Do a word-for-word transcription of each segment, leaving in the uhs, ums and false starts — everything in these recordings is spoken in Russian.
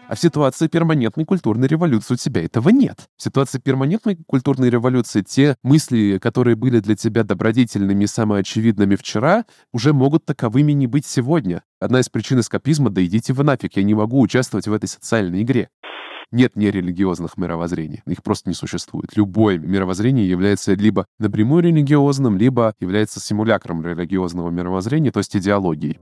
А в ситуации перманентной культурной революции у тебя этого нет. В ситуации перманентной культурной революции те мысли, которые были для тебя добродетельными и самоочевидными вчера, уже могут таковыми не быть сегодня. Одна из причин эскапизма — да идите вы нафиг, я не могу участвовать в этой социальной игре. Нет нерелигиозных мировоззрений. Их просто не существует. Любое мировоззрение является либо напрямую религиозным, либо является симулякром религиозного мировоззрения, то есть идеологией.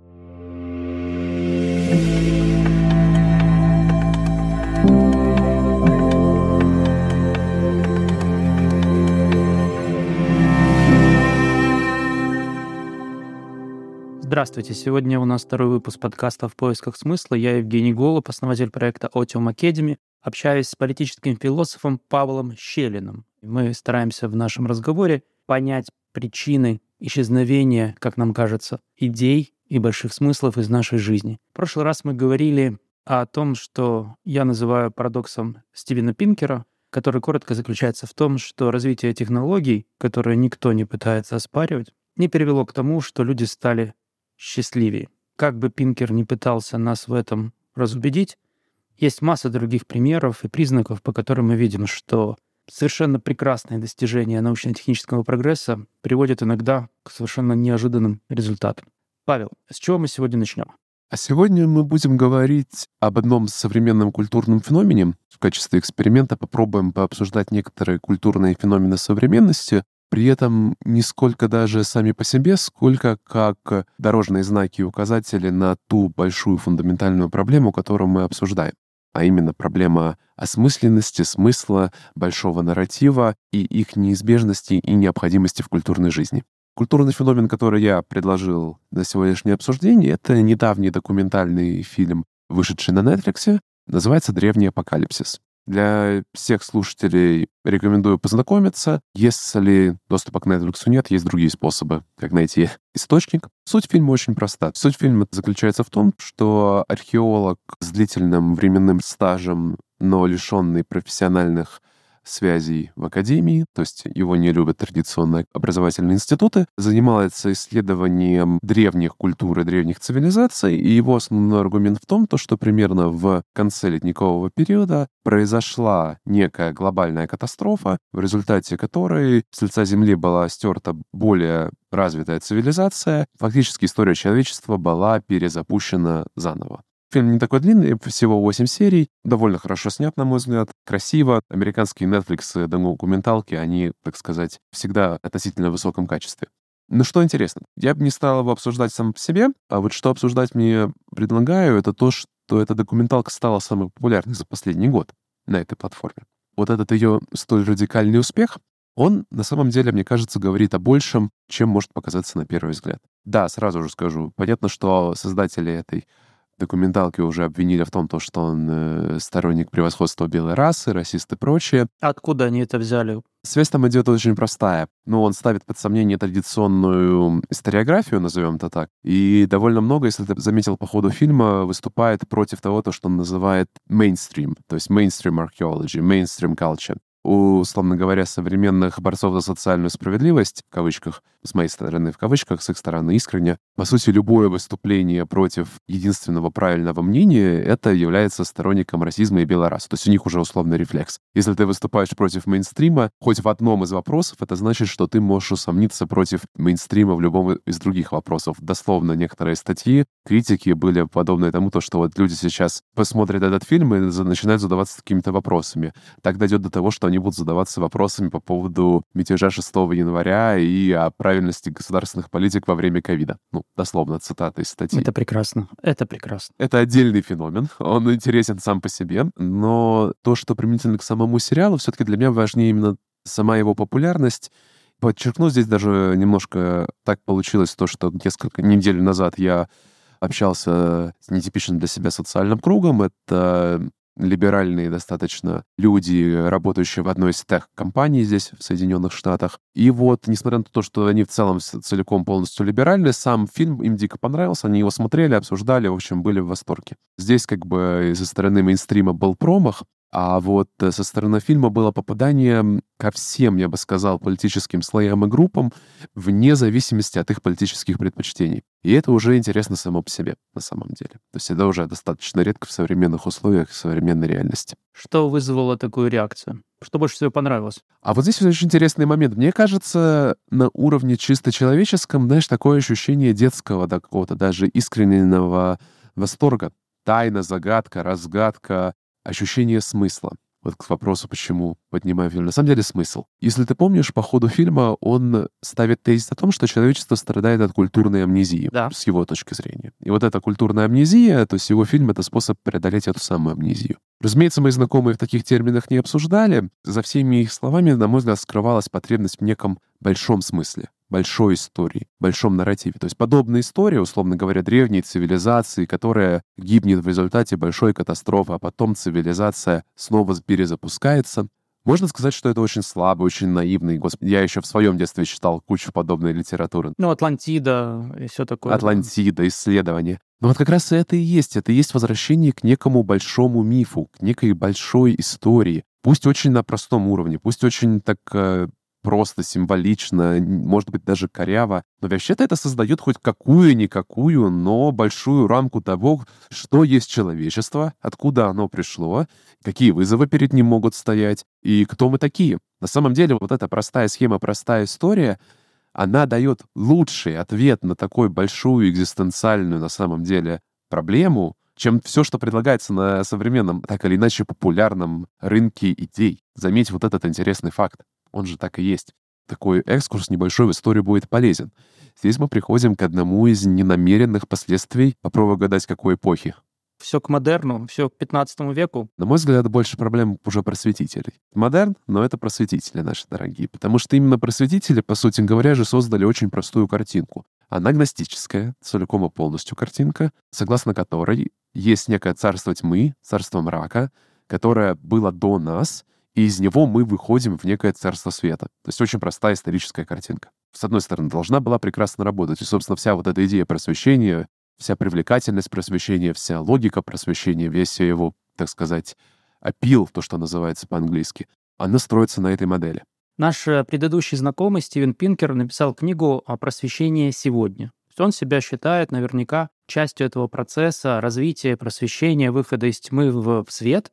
Здравствуйте. Сегодня у нас второй выпуск подкаста «В поисках смысла». Я Евгений Голуб, основатель проекта Otium Academy. Общаюсь с политическим философом Павлом Щелиным. Мы стараемся в нашем разговоре понять причины исчезновения, как нам кажется, идей и больших смыслов из нашей жизни. В прошлый раз мы говорили о том, что я называю парадоксом Стивена Пинкера, который коротко заключается в том, что развитие технологий, которые никто не пытается оспаривать, не привело к тому, что люди стали счастливее. Как бы Пинкер ни пытался нас в этом разубедить, есть масса других примеров и признаков, по которым мы видим, что совершенно прекрасные достижения научно-технического прогресса приводят иногда к совершенно неожиданным результатам. Павел, с чего мы сегодня начнем? А сегодня мы будем говорить об одном современном культурном феномене. В качестве эксперимента попробуем пообсуждать некоторые культурные феномены современности, при этом не сколько даже сами по себе, сколько как дорожные знаки и указатели на ту большую фундаментальную проблему, которую мы обсуждаем. А именно проблема осмысленности, смысла, большого нарратива и их неизбежности и необходимости в культурной жизни. Культурный феномен, который я предложил на сегодняшнее обсуждение, это недавний документальный фильм, вышедший на Netflix, называется «Древний апокалипсис». Для всех слушателей рекомендую познакомиться. Если доступа к Netflix нет, есть другие способы, как найти источник. Суть фильма очень проста. Суть фильма заключается в том, что археолог с длительным временным стажем, но лишенный профессиональных связей в академии, то есть его не любят традиционные образовательные институты, занимается исследованием древних культур и древних цивилизаций, и его основной аргумент в том, то, что примерно в конце ледникового периода произошла некая глобальная катастрофа, в результате которой с лица Земли была стерта более развитая цивилизация, фактически история человечества была перезапущена заново. Фильм не такой длинный, всего восемь серий, довольно хорошо снят, на мой взгляд, красиво. Американские Netflix документалки, они, так сказать, всегда относительно высоком качестве. Но что интересно, я бы не стал его обсуждать сам по себе, а вот что обсуждать мне предлагаю, это то, что эта документалка стала самой популярной за последний год на этой платформе. Вот этот ее столь радикальный успех, он, на самом деле, мне кажется, говорит о большем, чем может показаться на первый взгляд. Да, сразу же скажу, понятно, что создатели этой документалки уже обвинили в том, что он э, сторонник превосходства белой расы, расист и прочее. Откуда они это взяли? Связь там идет очень простая. Ну, он ставит под сомнение традиционную историографию, назовем это так. И довольно много, если ты заметил по ходу фильма, выступает против того, то, что он называет mainstream, то есть mainstream archaeology, mainstream culture. У, условно говоря, современных борцов за социальную справедливость, в кавычках, с моей стороны, в кавычках, с их стороны искренне, по сути, любое выступление против единственного правильного мнения, это является сторонником расизма и белой расы. То есть у них уже условный рефлекс. Если ты выступаешь против мейнстрима, хоть в одном из вопросов, это значит, что ты можешь усомниться против мейнстрима в любом из других вопросов. Дословно, некоторые статьи, критики были подобны тому, то, что вот люди сейчас посмотрят этот фильм и начинают задаваться какими-то вопросами. Так дойдет до того, что они будут задаваться вопросами по поводу мятежа шестого января и о правильности государственных политик во время ковида. Ну, дословно, цитата из статьи. Это прекрасно. Это прекрасно. Это отдельный феномен. Он интересен сам по себе. Но то, что применительно к самому сериалу, все-таки для меня важнее именно сама его популярность. Подчеркну, здесь даже немножко так получилось то, что несколько недель назад я общался с нетипичным для себя социальным кругом. Это либеральные достаточно люди, работающие в одной из тех-компаний здесь, в Соединенных Штатах. И вот, несмотря на то, что они в целом целиком полностью либеральны, сам фильм им дико понравился, они его смотрели, обсуждали, в общем, были в восторге. Здесь как бы со стороны мейнстрима был промах, а вот со стороны фильма было попадание ко всем, я бы сказал, политическим слоям и группам, вне зависимости от их политических предпочтений. И это уже интересно само по себе, на самом деле. То есть это уже достаточно редко в современных условиях, в современной реальности. Что вызвало такую реакцию? Что больше всего понравилось? А вот здесь очень интересный момент. Мне кажется, на уровне чисто человеческом, знаешь, такое ощущение детского, да, какого-то даже искреннего восторга. Тайна, загадка, разгадка, ощущение смысла. Вот к вопросу, почему поднимаю фильм. На самом деле смысл. Если ты помнишь, по ходу фильма он ставит тезис о том, что человечество страдает от культурной амнезии, да. с его точки зрения. И вот эта культурная амнезия, то есть его фильм — это способ преодолеть эту самую амнезию. Разумеется, мои знакомые в таких терминах не обсуждали. За всеми их словами, на мой взгляд, скрывалась потребность в неком большом смысле, большой истории, большом нарративе. То есть подобная история, условно говоря, древней цивилизации, которая гибнет в результате большой катастрофы, а потом цивилизация снова перезапускается. Можно сказать, что это очень слабый, очень наивный. Господи, я еще в своем детстве читал кучу подобной литературы. Ну, Атлантида и все такое. Атлантида, да. Исследования. Но вот как раз это и есть. Это и есть возвращение к некому большому мифу, к некой большой истории. Пусть очень на простом уровне, пусть очень так э, просто, символично, может быть, даже коряво. Но вообще-то это создает хоть какую-никакую, но большую рамку того, что есть человечество, откуда оно пришло, какие вызовы перед ним могут стоять и кто мы такие. На самом деле вот эта простая схема, простая история, она дает лучший ответ на такую большую экзистенциальную, на самом деле, проблему, чем все, что предлагается на современном, так или иначе, популярном рынке идей. Заметь вот этот интересный факт. Он же так и есть. Такой экскурс небольшой в историю будет полезен. Здесь мы приходим к одному из ненамеренных последствий, попробуй угадать, какой эпохи. Все к модерну, все к пятнадцатому веку. На мой взгляд, больше проблем уже просветителей. Модерн, но это просветители наши дорогие. Потому что именно просветители, по сути говоря, же создали очень простую картинку. Она гностическая, целиком и полностью картинка, согласно которой есть некое царство тьмы, царство мрака, которое было до нас, и из него мы выходим в некое царство света. То есть очень простая историческая картинка. С одной стороны, должна была прекрасно работать. И, собственно, вся вот эта идея просвещения, вся привлекательность просвещения, вся логика просвещения, весь его, так сказать, аппил, то, что называется по-английски, она строится на этой модели. Наш предыдущий знакомый Стивен Пинкер написал книгу о просвещении сегодня. Он себя считает наверняка частью этого процесса развития, просвещения, выхода из тьмы в свет.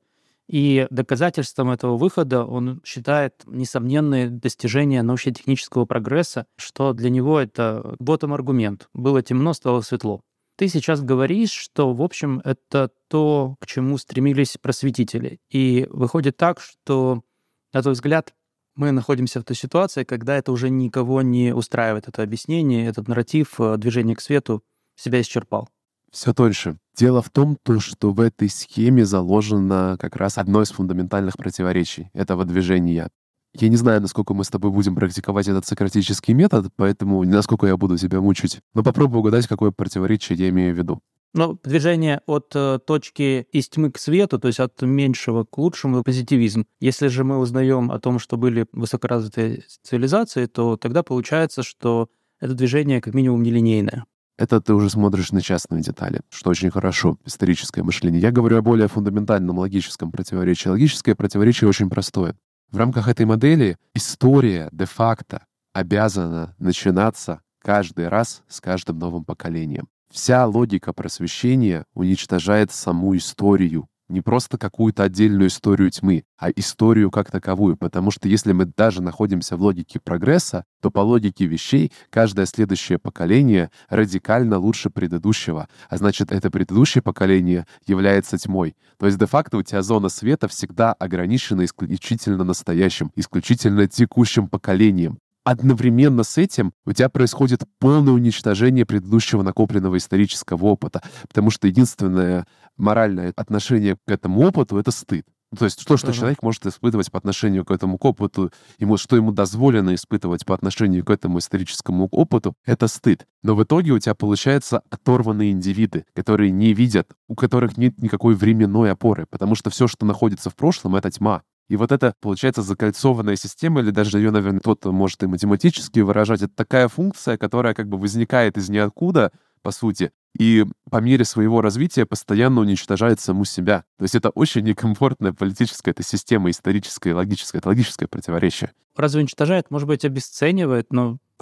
И доказательством этого выхода он считает несомненные достижения научно-технического прогресса, что для него это ботом-аргумент. Было темно, стало светло. Ты сейчас говоришь, что, в общем, это то, к чему стремились просветители. И выходит так, что, на твой взгляд, мы находимся в той ситуации, когда это уже никого не устраивает, это объяснение, этот нарратив, движение к свету себя исчерпал. Все тоньше. Дело в том, то, что в этой схеме заложено как раз одно из фундаментальных противоречий этого движения. Я не знаю, насколько мы с тобой будем практиковать этот сократический метод, поэтому не насколько я буду тебя мучить. Но попробуй угадать, какое противоречие я имею в виду. Ну, движение от э, точки из тьмы к свету, то есть от меньшего к лучшему, позитивизм. Если же мы узнаем о том, что были высокоразвитые цивилизации, то тогда получается, что это движение как минимум нелинейное. Это ты уже смотришь на частные детали, что очень хорошо, историческое мышление. Я говорю о более фундаментальном логическом противоречии. Логическое противоречие очень простое. В рамках этой модели история де-факто обязана начинаться каждый раз с каждым новым поколением. Вся логика просвещения уничтожает саму историю. Не просто какую-то отдельную историю тьмы, а историю как таковую. Потому что если мы даже находимся в логике прогресса, то по логике вещей каждое следующее поколение радикально лучше предыдущего. А значит, это предыдущее поколение является тьмой. То есть де-факто у тебя зона света всегда ограничена исключительно настоящим, исключительно текущим поколением. Одновременно с этим у тебя происходит полное уничтожение предыдущего накопленного исторического опыта, потому что единственное моральное отношение к этому опыту — это стыд. То есть то, что uh-huh. человек может испытывать по отношению к этому опыту, ему, что ему дозволено испытывать по отношению к этому историческому опыту, это стыд. Но в итоге у тебя получаются оторванные индивиды, которые не видят, у которых нет никакой временной опоры, потому что все, что находится в прошлом, — это тьма. И вот это, получается, закольцованная система, или даже ее, наверное, кто-то может и математически выражать, это такая функция, которая как бы возникает из ниоткуда, по сути, и по мере своего развития постоянно уничтожает саму себя. То есть это очень некомфортная политическая эта система, историческая и логическая. Это логическое противоречие. Разве уничтожает? Может быть, обесценивает, но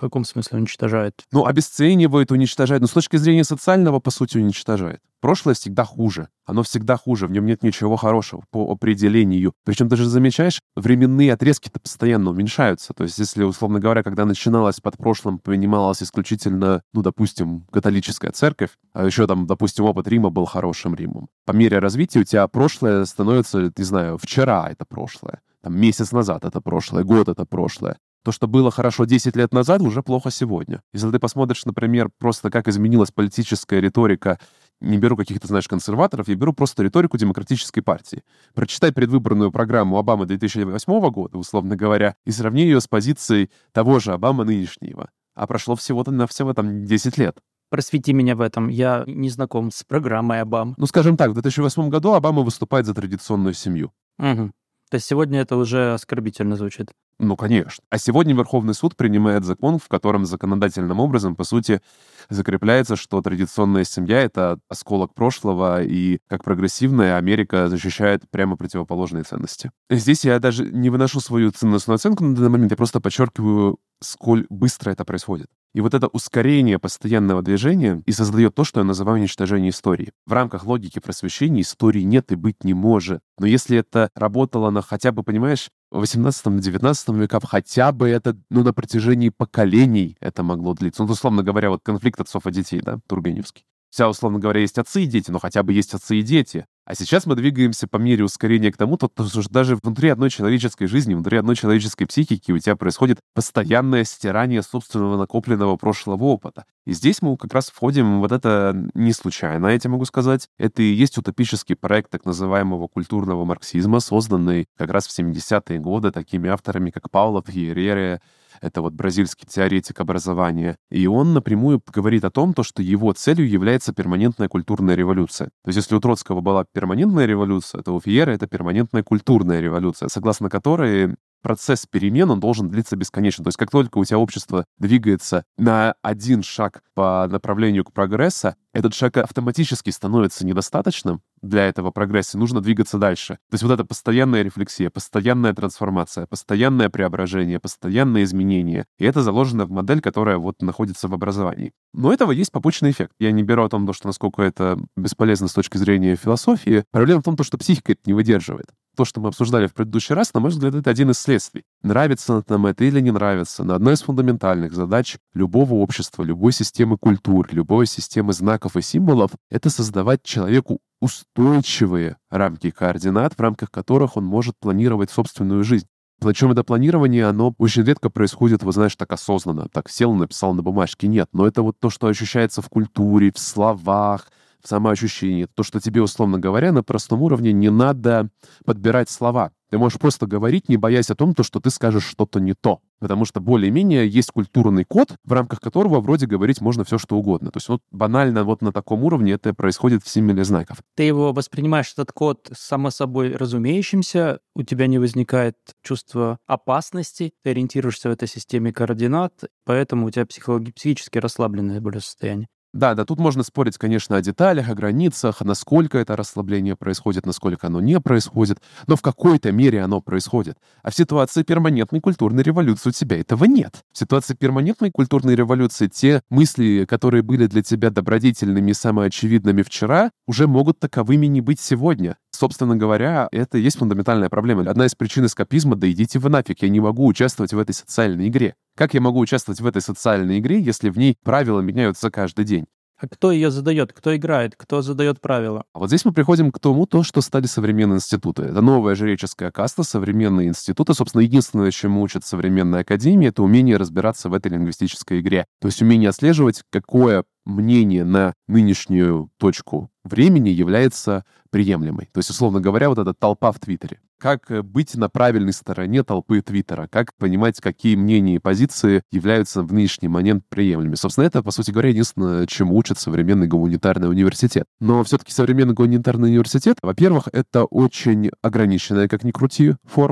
каком смысле уничтожает? Ну, обесценивает, уничтожает. Но с точки зрения социального, по сути, уничтожает. Прошлое всегда хуже. Оно всегда хуже. В нем нет ничего хорошего по определению. Причем ты же замечаешь, временные отрезки-то постоянно уменьшаются. То есть, если, условно говоря, когда начиналось под прошлым, понималась исключительно, ну, допустим, католическая церковь, а еще там, допустим, опыт Рима был хорошим Римом. По мере развития у тебя прошлое становится, не знаю, вчера это прошлое. Там, месяц назад это прошлое, год это прошлое. То, что было хорошо десять лет назад, уже плохо сегодня. Если ты посмотришь, например, просто как изменилась политическая риторика, не беру каких-то, знаешь, консерваторов, я беру просто риторику Демократической партии. Прочитай предвыборную программу Обамы две тысячи восьмого года, условно говоря, и сравни ее с позицией того же Обамы нынешнего. А прошло всего-то на всего там десять лет. Просвети меня в этом. Я не знаком с программой Обам. Ну, скажем так, в две тысячи восьмом году Обама выступает за традиционную семью. Угу. То есть сегодня это уже оскорбительно звучит. Ну, конечно. А сегодня Верховный суд принимает закон, в котором законодательным образом, по сути, закрепляется, что традиционная семья — это осколок прошлого, и как прогрессивная Америка защищает прямо противоположные ценности. Здесь я даже не выношу свою ценностную оценку на данный момент, я просто подчеркиваю, сколь быстро это происходит. И вот это ускорение постоянного движения и создает то, что я называю уничтожение истории. В рамках логики просвещения истории нет и быть не может. Но если это работало на хотя бы, понимаешь, в восемнадцатом-девятнадцатом веках, хотя бы это, ну, на протяжении поколений это могло длиться. Ну, условно говоря, вот конфликт отцов и детей, да, Тургеневский. Вся, условно говоря, есть отцы и дети, но хотя бы есть отцы и дети. А сейчас мы двигаемся по мере ускорения к тому, то, что даже внутри одной человеческой жизни, внутри одной человеческой психики у тебя происходит постоянное стирание собственного накопленного прошлого опыта. И здесь мы как раз входим в вот это не случайно, я тебе могу сказать. Это и есть утопический проект так называемого культурного марксизма, созданный как раз в семидесятые годы такими авторами, как Пауло Фьерре. Это вот бразильский теоретик образования. И он напрямую говорит о том, то, что его целью является перманентная культурная революция. То есть если у Троцкого была перманентная революция, то у Фьерре это перманентная культурная революция, согласно которой процесс перемен, он должен длиться бесконечно. То есть как только у тебя общество двигается на один шаг по направлению к прогрессу, этот шаг автоматически становится недостаточным для этого прогресса, нужно двигаться дальше. То есть вот эта постоянная рефлексия, постоянная трансформация, постоянное преображение, постоянное изменение. И это заложено в модель, которая вот находится в образовании. Но у этого есть побочный эффект. Я не беру о том, что насколько это бесполезно с точки зрения философии. Проблема в том, что психика это не выдерживает. То, что мы обсуждали в предыдущий раз, на мой взгляд, это один из следствий. Нравится нам это или не нравится, но одна из фундаментальных задач любого общества, любой системы культур, любой системы знаков и символов — это создавать человеку устойчивые рамки координат, в рамках которых он может планировать собственную жизнь. Причем это планирование, оно очень редко происходит, вы знаешь, так осознанно. Так сел, написал на бумажке. Нет, но это вот то, что ощущается в культуре, в словах, в самоощущении. То, что тебе, условно говоря, на простом уровне не надо подбирать слова. Ты можешь просто говорить, не боясь о том, что ты скажешь что-то не то. Потому что более-менее есть культурный код, в рамках которого вроде говорить можно все, что угодно. То есть вот банально вот на таком уровне это происходит в символе знаков. Ты его воспринимаешь, этот код, само собой разумеющимся, у тебя не возникает чувство опасности, ты ориентируешься в этой системе координат, поэтому у тебя психологи- психически расслабленное более состояние. Да, да, тут можно спорить, конечно, о деталях, о границах, насколько это расслабление происходит, насколько оно не происходит, но в какой-то мере оно происходит. А в ситуации перманентной культурной революции у тебя этого нет. В ситуации перманентной культурной революции те мысли, которые были для тебя добродетельными и самоочевидными вчера, уже могут таковыми не быть сегодня. Собственно говоря, это и есть фундаментальная проблема. Одна из причин эскапизма — да идите вы нафиг, я не могу участвовать в этой социальной игре. Как я могу участвовать в этой социальной игре, если в ней правила меняются каждый день? А кто ее задает? Кто играет? Кто задает правила? А вот здесь мы приходим к тому, то, что стали современные институты. Это новая жреческая каста, современные институты. Собственно, единственное, чему учат современная академия, это умение разбираться в этой лингвистической игре. То есть умение отслеживать, какое мнение на нынешнюю точку времени является приемлемой. То есть, условно говоря, вот эта толпа в Твиттере. Как быть на правильной стороне толпы Твиттера, как понимать, какие мнения и позиции являются в нынешний момент приемлемыми. Собственно, это, по сути говоря, единственное, чему учит современный гуманитарный университет. Но все-таки современный гуманитарный университет, во-первых, это очень ограниченная, как ни крути, форма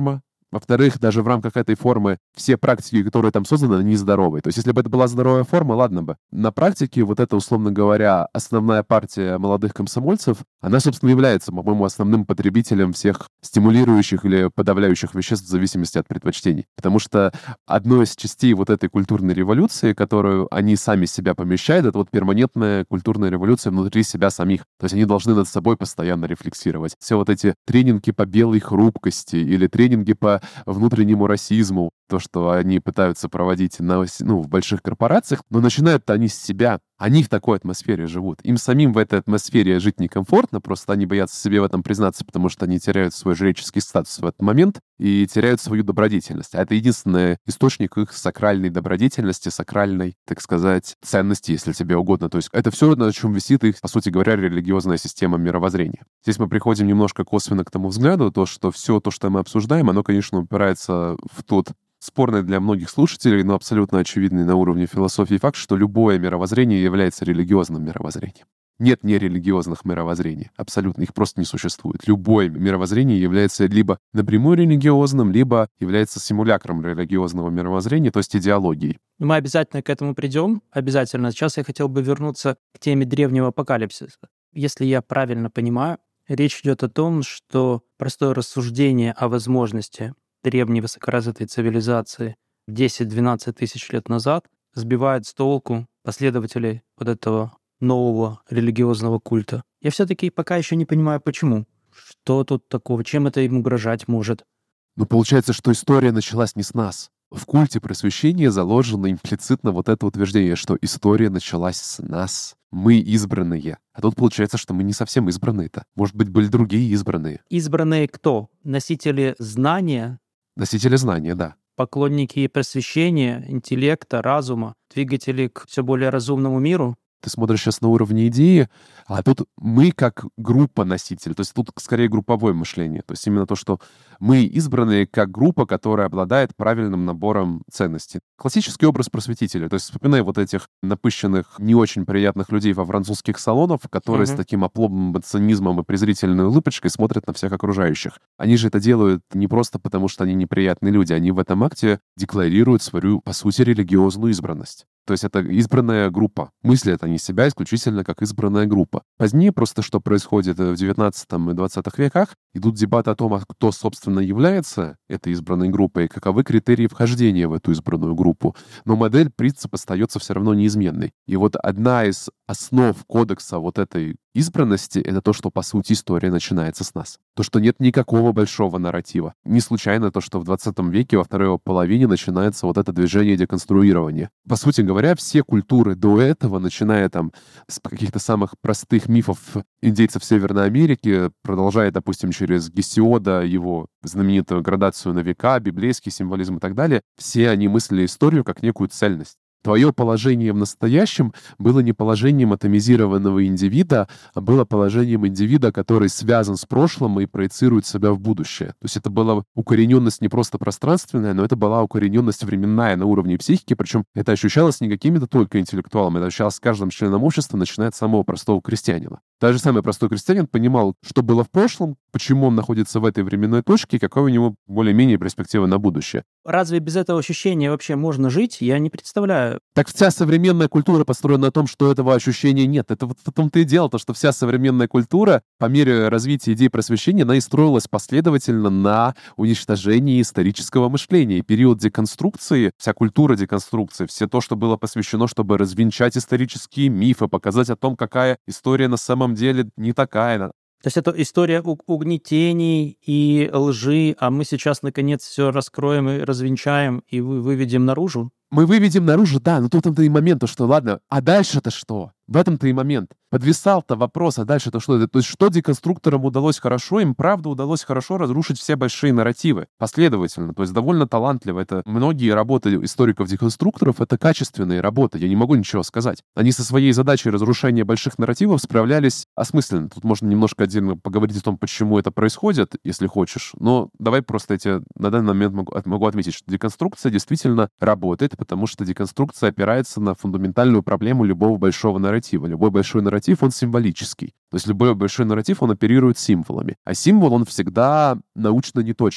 Во-вторых, даже в рамках этой формы все практики, которые там созданы, они нездоровые. То есть если бы это была здоровая форма, ладно бы. На практике вот эта, условно говоря, основная партия молодых комсомольцев, она, собственно, является, по-моему, основным потребителем всех стимулирующих или подавляющих веществ в зависимости от предпочтений. Потому что одной из частей вот этой культурной революции, которую они сами себя помещают, это вот перманентная культурная революция внутри себя самих. То есть они должны над собой постоянно рефлексировать. Все вот эти тренинги по белой хрупкости или тренинги по внутреннему расизму, то, что они пытаются проводить на, ну, в больших корпорациях, но начинают-то они с себя. Они в такой атмосфере живут. Им самим в этой атмосфере жить некомфортно, просто они боятся себе в этом признаться, потому что они теряют свой жреческий статус в этот момент и теряют свою добродетельность. А это единственный источник их сакральной добродетельности, сакральной, так сказать, ценности, если тебе угодно. То есть это все, на чем висит их, по сути говоря, религиозная система мировоззрения. Здесь мы приходим немножко косвенно к тому взгляду, то, что все то, что мы обсуждаем, оно, конечно, упирается в тот спорный для многих слушателей, но абсолютно очевидный на уровне философии факт, что любое мировоззрение является религиозным мировоззрением. Нет нерелигиозных мировоззрений. Абсолютно. Их просто не существует. Любое мировоззрение является либо напрямую религиозным, либо является симулякром религиозного мировоззрения, то есть идеологией. Мы обязательно к этому придем. Обязательно. Сейчас я хотел бы вернуться к теме древнего апокалипсиса. Если я правильно понимаю, речь идет о том, что простое рассуждение о возможности древней высокоразвитой цивилизации десять-двенадцать тысяч лет назад сбивает с толку последователей вот этого нового религиозного культа. Я все-таки пока еще не понимаю, почему. Что тут такого? Чем это им угрожать может? Ну, получается, что история началась не с нас. В культе просвещения заложено имплицитно вот это утверждение, что история началась с нас. Мы избранные. А тут получается, что мы не совсем избранные-то. Может быть, были другие избранные. Избранные кто? Носители знания? Носители знания, да. Поклонники просвещения, интеллекта, разума, двигатели к все более разумному миру? Ты смотришь сейчас на уровне идеи, а тут мы как группа носителей, то есть тут скорее групповое мышление. То есть именно то, что мы избранные как группа, которая обладает правильным набором ценностей. Классический образ просветителя. То есть вспоминай вот этих напыщенных, не очень приятных людей во французских салонах, которые mm-hmm. с таким опломбом, цинизмом и презрительной улыбочкой смотрят на всех окружающих. Они же это делают не просто потому, что они неприятные люди. Они в этом акте декларируют свою, по сути, религиозную избранность. То есть это избранная группа. Мыслят они себя исключительно как избранная группа. Позднее просто что происходит в девятнадцатом и двадцатых веках, идут дебаты о том, кто, собственно, является этой избранной группой, и каковы критерии вхождения в эту избранную группу. Но модель, принцип остается все равно неизменной. И вот одна из основ кодекса вот этой избранности — это то, что, по сути, история начинается с нас. То, что нет никакого большого нарратива. Не случайно то, что в двадцатом веке, во второй его половине, начинается вот это движение деконструирования. По сути говоря, все культуры до этого, начиная там с каких-то самых простых мифов индейцев Северной Америки, продолжая, допустим, через Гесиода, его знаменитую градацию на века, библейский символизм и так далее, все они мыслили историю как некую цельность. Твое положение в настоящем было не положением атомизированного индивида, а было положением индивида, который связан с прошлым и проецирует себя в будущее. То есть это была укорененность не просто пространственная, но это была укорененность временная на уровне психики, причем это ощущалось не какими-то только интеллектуалами, это ощущалось каждым членом общества, начиная от самого простого крестьянина. Даже самый простой крестьянин понимал, что было в прошлом, почему он находится в этой временной точке и какая у него более-менее перспектива на будущее. Разве без этого ощущения вообще можно жить? Я не представляю. Так вся современная культура построена на том, что этого ощущения нет. Это вот в том-то и дело, то, что вся современная культура по мере развития идей просвещения, она и строилась последовательно на уничтожении исторического мышления. И период деконструкции, вся культура деконструкции, все то, что было посвящено, чтобы развенчать исторические мифы, показать о том, какая история на самом деле не такая. То есть это история угнетений и лжи, а мы сейчас, наконец, все раскроем и развенчаем, и выведем наружу? Мы выведем наружу, да, но тут-то и момент, то что, ладно, а дальше-то что? В этом-то и момент. Подвисал-то вопрос, а дальше-то что? То есть что деконструкторам удалось хорошо? Им, правда, удалось хорошо разрушить все большие нарративы. Последовательно. То есть довольно талантливо. Это многие работы историков-деконструкторов — это качественные работы. Я не могу ничего сказать. Они со своей задачей разрушения больших нарративов справлялись осмысленно. Тут можно немножко отдельно поговорить о том, почему это происходит, если хочешь. Но давай просто эти на данный момент могу, могу отметить, что деконструкция действительно работает, потому что деконструкция опирается на фундаментальную проблему любого большого нарратива. Любой большой нарратив, он символический. То есть любой большой нарратив, он оперирует символами. А символ, он всегда научно неточен.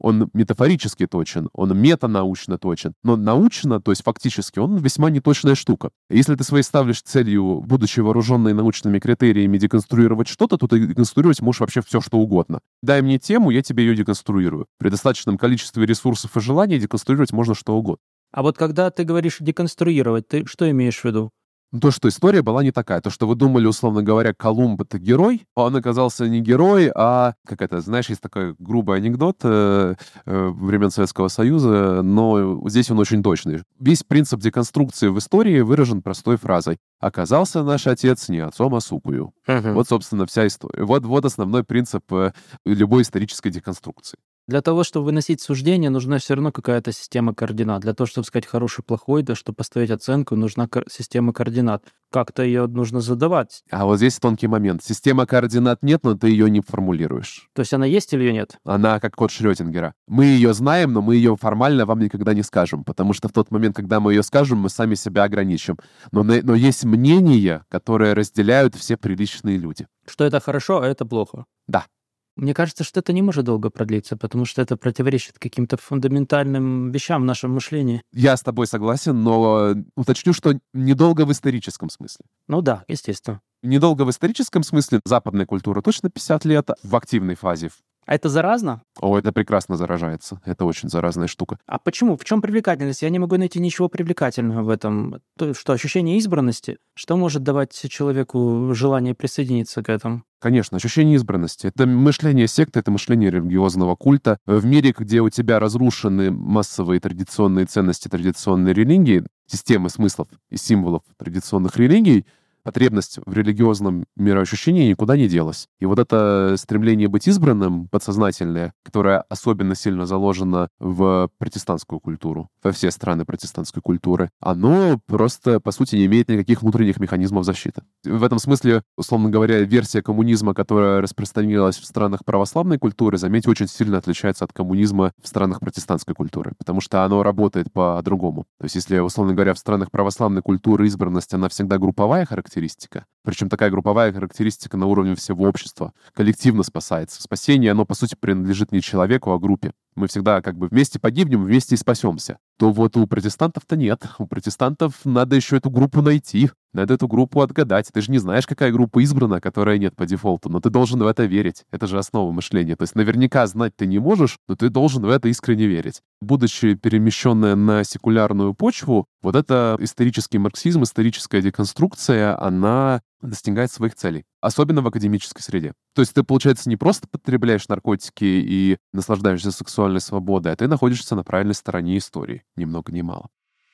Он метафорически точен, он метанаучно точен, но научно, то есть фактически, он весьма неточная штука. Если ты своей ставишь целью, будучи вооруженной научными критериями, деконструировать что-то, то ты деконструировать можешь вообще все, что угодно. Дай мне тему, я тебе ее деконструирую. При достаточном количестве ресурсов и желаний деконструировать можно что угодно. А вот когда ты говоришь деконструировать, ты что имеешь в виду? То, что история была не такая. То, что вы думали, условно говоря, Колумб — это герой, а он оказался не герой, а, как это, знаешь, есть такой грубый анекдот э, э, времен Советского Союза, но здесь он очень точный. Весь принцип деконструкции в истории выражен простой фразой: «Оказался наш отец не отцом, а сукою». Угу. Вот, собственно, вся история. Вот, вот основной принцип э, любой исторической деконструкции. Для того, чтобы выносить суждение, нужна все равно какая-то система координат. Для того, чтобы сказать хороший, плохой, да, чтобы поставить оценку, нужна кор- система координат. Как-то ее нужно задавать. А вот здесь тонкий момент. Система координат нет, но ты ее не формулируешь. То есть она есть или ее нет? Она как код Шрёдингера. Мы ее знаем, но мы ее формально вам никогда не скажем, потому что в тот момент, когда мы ее скажем, мы сами себя ограничим. Но, но есть мнения, которые разделяют все приличные люди. Что это хорошо, а это плохо. Да. Мне кажется, что это не может долго продлиться, потому что это противоречит каким-то фундаментальным вещам в нашем мышлении. Я с тобой согласен, но уточню, что недолго в историческом смысле. Ну да, естественно. Недолго в историческом смысле. Западная культура точно пятьдесят лет в активной фазе. А это заразно? О, это прекрасно заражается. Это очень заразная штука. А почему? В чем привлекательность? Я не могу найти ничего привлекательного в этом. То, что ощущение избранности? Что может давать человеку желание присоединиться к этому? Конечно, ощущение избранности. Это мышление секты, это мышление религиозного культа. В мире, где у тебя разрушены массовые традиционные ценности традиционной религии, системы смыслов и символов традиционных религий, потребность в религиозном мироощущении никуда не делась. И вот это стремление быть избранным, подсознательное, которое особенно сильно заложено в протестантскую культуру, во все страны протестантской культуры, оно просто, по сути, не имеет никаких внутренних механизмов защиты. В этом смысле, условно говоря, версия коммунизма, которая распространилась в странах православной культуры, заметьте, очень сильно отличается от коммунизма в странах протестантской культуры, потому что оно работает по-другому. То есть, если, условно говоря, в странах православной культуры избранность, она всегда групповая характеристика, причем такая групповая характеристика на уровне всего общества, коллективно спасается. Спасение, оно, по сути, принадлежит не человеку, а группе. Мы всегда как бы вместе погибнем, вместе и спасемся. То вот у протестантов-то нет. У протестантов надо еще эту группу найти. Надо эту группу отгадать. Ты же не знаешь, какая группа избрана, которая нет по дефолту, но ты должен в это верить. Это же основа мышления. То есть наверняка знать ты не можешь, но ты должен в это искренне верить. Будучи перемещенная на секулярную почву, вот это исторический марксизм, историческая деконструкция, она достигает своих целей. Особенно в академической среде. То есть ты, получается, не просто потребляешь наркотики и наслаждаешься сексуальной свободой, а ты находишься на правильной стороне истории. Ни много ни мало.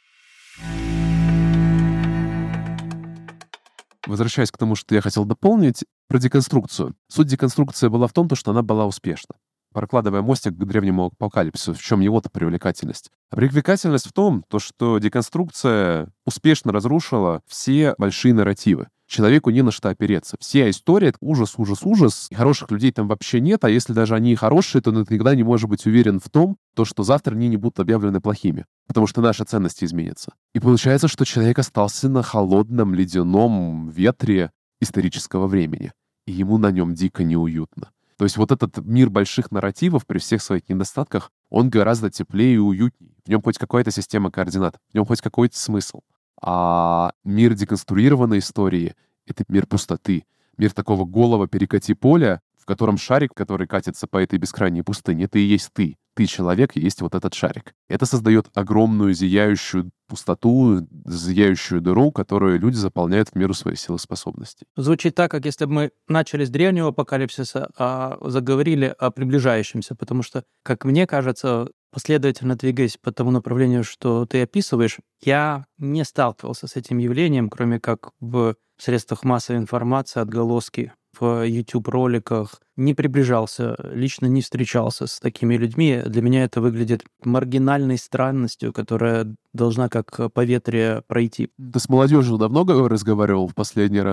Возвращаясь к тому, что я хотел дополнить, про деконструкцию. Суть деконструкции была в том, что она была успешна. Прокладывая мостик к древнему апокалипсису, в чем его-то привлекательность? А привлекательность в том, то, что деконструкция успешно разрушила все большие нарративы. Человеку не на что опереться. Вся история — это ужас, ужас, ужас. И хороших людей там вообще нет, а если даже они хорошие, то ты никогда не можешь быть уверен в том, то, что завтра они не будут объявлены плохими, потому что наши ценности изменятся. И получается, что человек остался на холодном, ледяном ветре исторического времени, и ему на нем дико неуютно. То есть вот этот мир больших нарративов при всех своих недостатках, он гораздо теплее и уютнее. В нем хоть какая-то система координат, в нем хоть какой-то смысл. А мир деконструированной истории — это мир пустоты, мир такого голого перекати поля, в котором шарик, который катится по этой бескрайней пустыне, это и есть ты. Ты человек, и есть вот этот шарик. Это создает огромную зияющую пустоту, зияющую дыру, которую люди заполняют в меру своих сил и способностей. Звучит так, как если бы мы начали с древнего апокалипсиса, а заговорили о приближающемся, потому что, как мне кажется, последовательно двигаясь по тому направлению, что ты описываешь, я не сталкивался с этим явлением, кроме как в средствах массовой информации, отголоски в YouTube-роликах, не приближался, лично не встречался с такими людьми. Для меня это выглядит маргинальной странностью, которая должна как по ветре пройти. Ты с молодежью давно разговаривал в последний раз?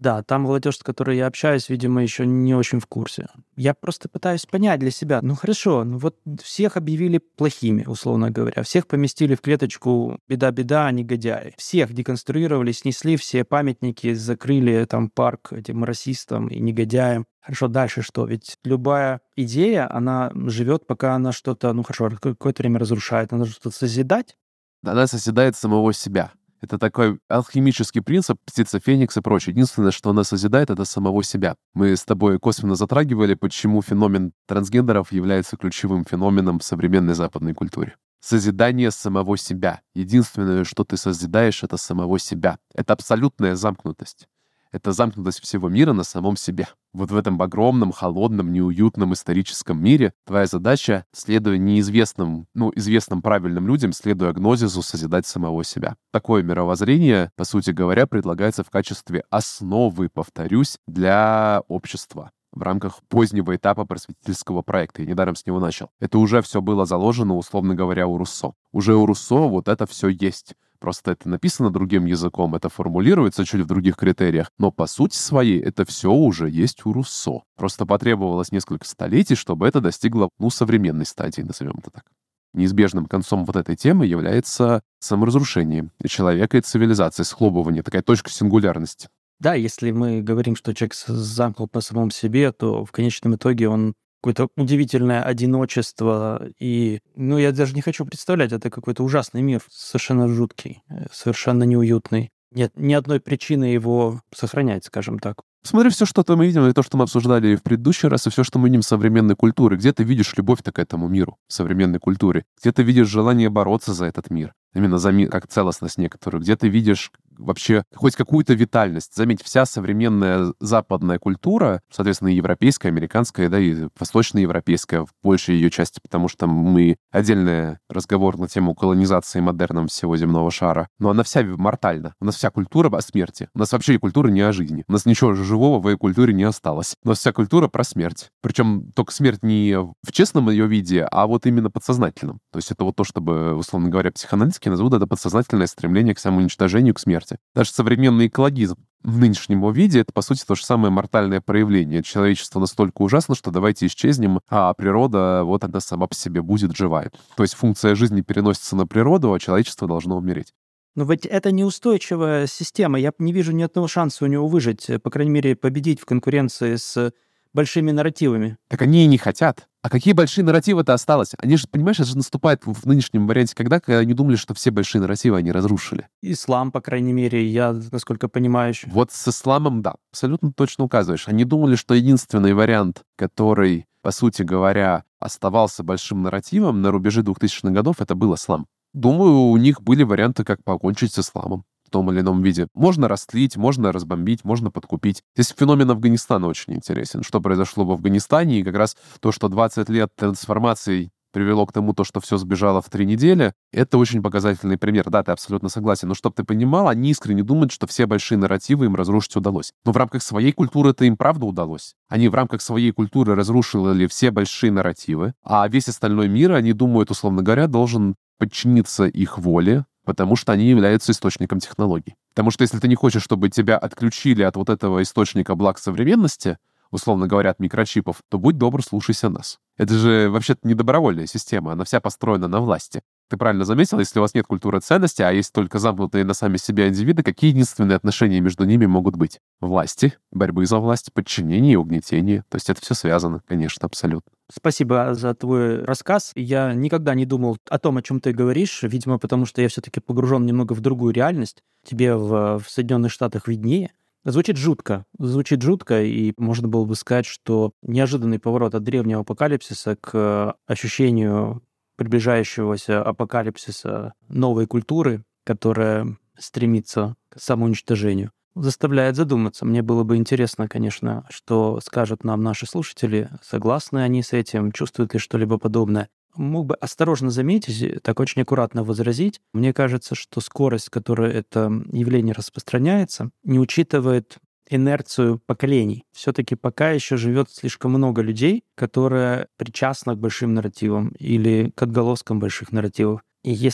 Да, там молодежь, с которой я общаюсь, видимо, еще не очень в курсе. Я просто пытаюсь понять для себя. Ну хорошо, ну вот всех объявили плохими, условно говоря. Всех поместили в клеточку беда-беда, негодяи. Всех деконструировали, снесли все памятники, закрыли там парк этим расистам и негодяям. Хорошо, дальше что? Ведь любая идея, она живет, пока она что-то, ну хорошо, какое-то время разрушает. Надо что-то созидать. Она созидает самого себя. Это такой алхимический принцип, птица Феникс и прочее. Единственное, что она созидает, это самого себя. Мы с тобой косвенно затрагивали, почему феномен трансгендеров является ключевым феноменом в современной западной культуре. Созидание самого себя. Единственное, что ты созидаешь, это самого себя. Это абсолютная замкнутость. Это замкнутость всего мира на самом себе. Вот в этом огромном, холодном, неуютном историческом мире твоя задача, следуя неизвестным, ну, известным правильным людям, следуя гнозису, созидать самого себя. Такое мировоззрение, по сути говоря, предлагается в качестве основы, повторюсь, для общества в рамках позднего этапа просветительского проекта. Я недаром с него начал. Это уже все было заложено, условно говоря, у Руссо. Уже у Руссо вот это все есть. Просто это написано другим языком, это формулируется чуть в других критериях, но по сути своей это все уже есть у Руссо. Просто потребовалось несколько столетий, чтобы это достигло, ну, современной стадии, назовем это так. Неизбежным концом вот этой темы является саморазрушение и человека, и цивилизации, схлопывание, такая точка сингулярности. Да, если мы говорим, что человек замкнут по самому себе, то в конечном итоге он какое-то удивительное одиночество. И, ну, я даже не хочу представлять, это какой-то ужасный мир, совершенно жуткий, совершенно неуютный. Нет ни одной причины его сохранять, скажем так. Смотри, все, что мы видим, и то, что мы обсуждали в предыдущий раз, и все, что мы видим в современной культуре. Где ты видишь любовь-то к этому миру, в современной культуре? Где ты видишь желание бороться за этот мир? Именно за мир, как целостность некоторую. Где ты видишь вообще хоть какую-то витальность? Заметь, вся современная западная культура, соответственно, и европейская, американская, да, и восточноевропейская в большей ее части, потому что мы отдельный разговор на тему колонизации модерном всего земного шара, но она вся мортальна. У нас вся культура о смерти. У нас вообще и культура не о жизни. У нас ничего живого в этой культуре не осталось. У нас вся культура про смерть. Причем только смерть не в честном ее виде, а вот именно подсознательном. То есть это вот то, чтобы, условно говоря, психоаналитики назовут это подсознательное стремление к самоуничтожению, к смерти. Даже современный экологизм в нынешнем его виде — это, по сути, то же самое мортальное проявление. Человечество настолько ужасно, что давайте исчезнем, а природа, вот она сама по себе будет живая. То есть функция жизни переносится на природу, а человечество должно умереть. Но ведь это неустойчивая система. Я не вижу ни одного шанса у него выжить, по крайней мере, победить в конкуренции с большими нарративами. Так они и не хотят. А какие большие нарративы-то осталось? Они же, понимаешь, это же наступает в нынешнем варианте, когда, когда они думали, что все большие нарративы они разрушили. Ислам, по крайней мере, я, насколько понимаю, еще. Вот с исламом, да, абсолютно точно указываешь. Они думали, что единственный вариант, который, по сути говоря, оставался большим нарративом на рубеже двухтысячных годов, это был ислам. Думаю, у них были варианты, как покончить с исламом в том или ином виде. Можно растлить, можно разбомбить, можно подкупить. Здесь феномен Афганистана очень интересен. Что произошло в Афганистане, и как раз то, что двадцать лет трансформаций привело к тому, то, что все сбежало в три недели, это очень показательный пример. Да, ты абсолютно согласен. Но чтобы ты понимал, они искренне думают, что все большие нарративы им разрушить удалось. Но в рамках своей культуры это им правда удалось. Они в рамках своей культуры разрушили все большие нарративы, а весь остальной мир, они думают, условно говоря, должен подчиниться их воле, потому что они являются источником технологий. Потому что если ты не хочешь, чтобы тебя отключили от вот этого источника благ современности, условно говоря, от микрочипов, то будь добр, слушайся нас. Это же вообще-то не добровольная система, она вся построена на власти. Ты правильно заметил, если у вас нет культуры ценностей, а есть только замкнутые на сами себя индивиды, какие единственные отношения между ними могут быть? Власти, борьбы за власть, подчинение и угнетение. То есть это все связано, конечно, абсолютно. Спасибо за твой рассказ. Я никогда не думал о том, о чем ты говоришь, видимо, потому что я все-таки погружен немного в другую реальность. Тебе в, в Соединенных Штатах виднее. Звучит жутко. Звучит жутко, и можно было бы сказать, что неожиданный поворот от древнего апокалипсиса к ощущению приближающегося апокалипсиса новой культуры, которая стремится к самоуничтожению, заставляет задуматься. Мне было бы интересно, конечно, что скажут нам наши слушатели, согласны они с этим, чувствуют ли что-либо подобное. Мог бы осторожно заметить, так очень аккуратно возразить. Мне кажется, что скорость, с которой это явление распространяется, не учитывает инерцию поколений. Все-таки пока еще живет слишком много людей, которые причастны к большим нарративам или к отголоскам больших нарративов. И если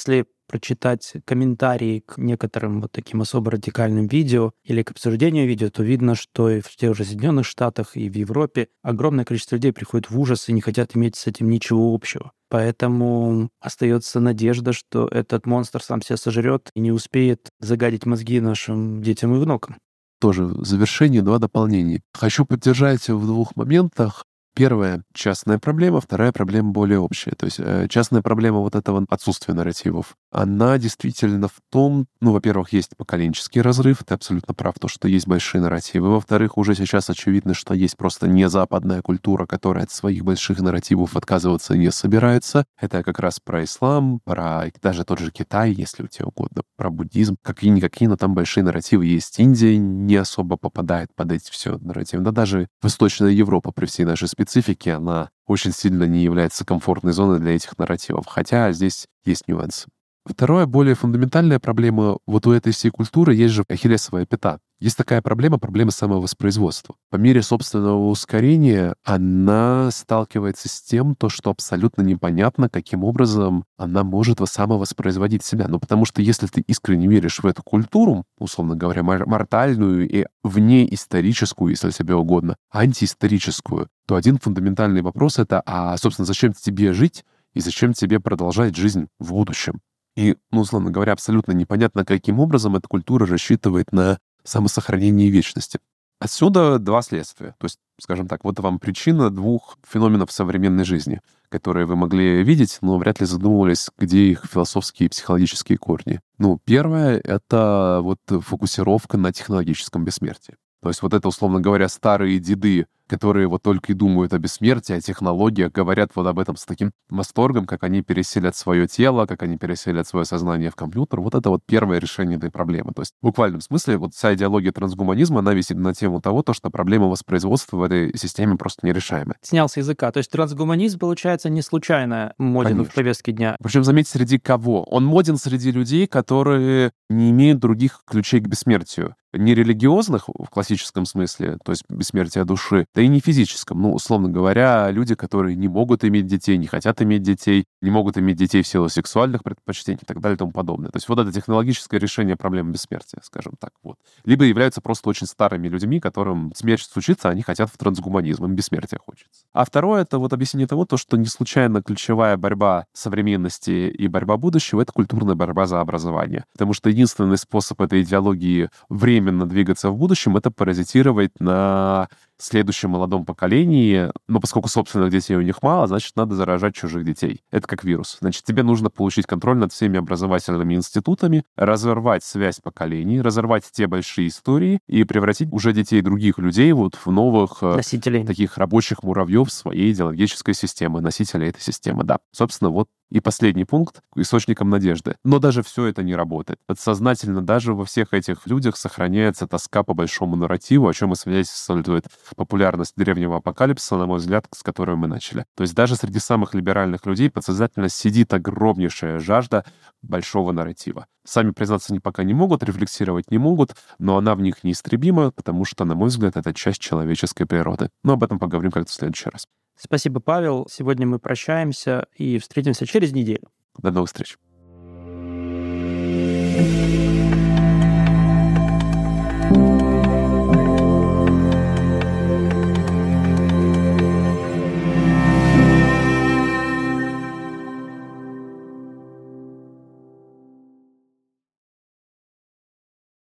прочитать комментарии к некоторым вот таким особо радикальным видео или к обсуждению видео, то видно, что и в тех же Соединенных Штатах, и в Европе огромное количество людей приходит в ужас и не хотят иметь с этим ничего общего. Поэтому остается надежда, что этот монстр сам себя сожрет и не успеет загадить мозги нашим детям и внукам. Тоже в завершении два дополнения. Хочу поддержать в двух моментах. Первая — частная проблема, вторая проблема более общая. То есть э, частная проблема вот этого отсутствия нарративов, она действительно в том, ну, во-первых, есть поколенческий разрыв, ты абсолютно прав, то, что есть большие нарративы. Во-вторых, уже сейчас очевидно, что есть просто не западная культура, которая от своих больших нарративов отказываться не собирается. Это как раз про ислам, про даже тот же Китай, если у тебя угодно, про буддизм. Какие-никакие, но там большие нарративы есть. Индия не особо попадает под эти все нарративы. Да даже Восточная Европа при всей нашей специфике, она очень сильно не является комфортной зоной для этих нарративов. Хотя здесь есть нюансы. Второе, более фундаментальная проблема вот у этой всей культуры есть же ахиллесовая пята. Есть такая проблема, проблема самовоспроизводства. По мере собственного ускорения она сталкивается с тем, то, что абсолютно непонятно, каким образом она может самовоспроизводить себя. Ну, потому что если ты искренне веришь в эту культуру, условно говоря, мортальную и внеисторическую, если тебе угодно, антиисторическую, то один фундаментальный вопрос — это, а, собственно, зачем тебе жить и зачем тебе продолжать жизнь в будущем? И, ну, условно говоря, абсолютно непонятно, каким образом эта культура рассчитывает на самосохранение вечности. Отсюда два следствия. То есть, скажем так, вот вам причина двух феноменов современной жизни, которые вы могли видеть, но вряд ли задумывались, где их философские и психологические корни. Ну, первое — это вот фокусировка на технологическом бессмертии. То есть вот это, условно говоря, старые деды, которые вот только и думают о бессмертии, о технологиях, говорят вот об этом с таким восторгом, как они переселят свое тело, как они переселят свое сознание в компьютер. Вот это вот первое решение этой проблемы. То есть в буквальном смысле вот вся идеология трансгуманизма, она висит на тему того, то, что проблема воспроизводства в этой системе просто нерешаемая. Снял с языка. То есть трансгуманизм, получается, не случайно моден Конечно. В повестке дня. Причем, заметьте, среди кого? Он моден среди людей, которые не имеют других ключей к бессмертию. Не религиозных в классическом смысле, то есть бессмертия души, да и не физическом. Ну, условно говоря, люди, которые не могут иметь детей, не хотят иметь детей, не могут иметь детей в силу сексуальных предпочтений и так далее и тому подобное. То есть вот это технологическое решение проблемы бессмертия, скажем так. Вот. Либо являются просто очень старыми людьми, которым смерть случится, они хотят в трансгуманизм, им бессмертия хочется. А второе — это вот объяснение того, то, что не случайно ключевая борьба современности и борьба будущего — это культурная борьба за образование. Потому что единственный способ этой идеологии временно двигаться в будущем — это паразитировать на следующем молодом поколении, но поскольку собственных детей у них мало, значит, надо заражать чужих детей. Это как вирус. Значит, тебе нужно получить контроль над всеми образовательными институтами, разорвать связь поколений, разорвать те большие истории и превратить уже детей других людей вот в новых носителей, таких рабочих муравьев своей идеологической системы, носителей этой системы. Да, собственно, вот и последний пункт — источником надежды. Но даже все это не работает. Подсознательно даже во всех этих людях сохраняется тоска по большому нарративу, о чем и свидетельствует популярность древнего апокалипсиса, на мой взгляд, с которой мы начали. То есть даже среди самых либеральных людей подсознательно сидит огромнейшая жажда большого нарратива. Сами признаться они пока не могут, рефлексировать не могут, но она в них неистребима, потому что, на мой взгляд, это часть человеческой природы. Но об этом поговорим как-то в следующий раз. Спасибо, Павел. Сегодня мы прощаемся и встретимся через неделю. До новых встреч.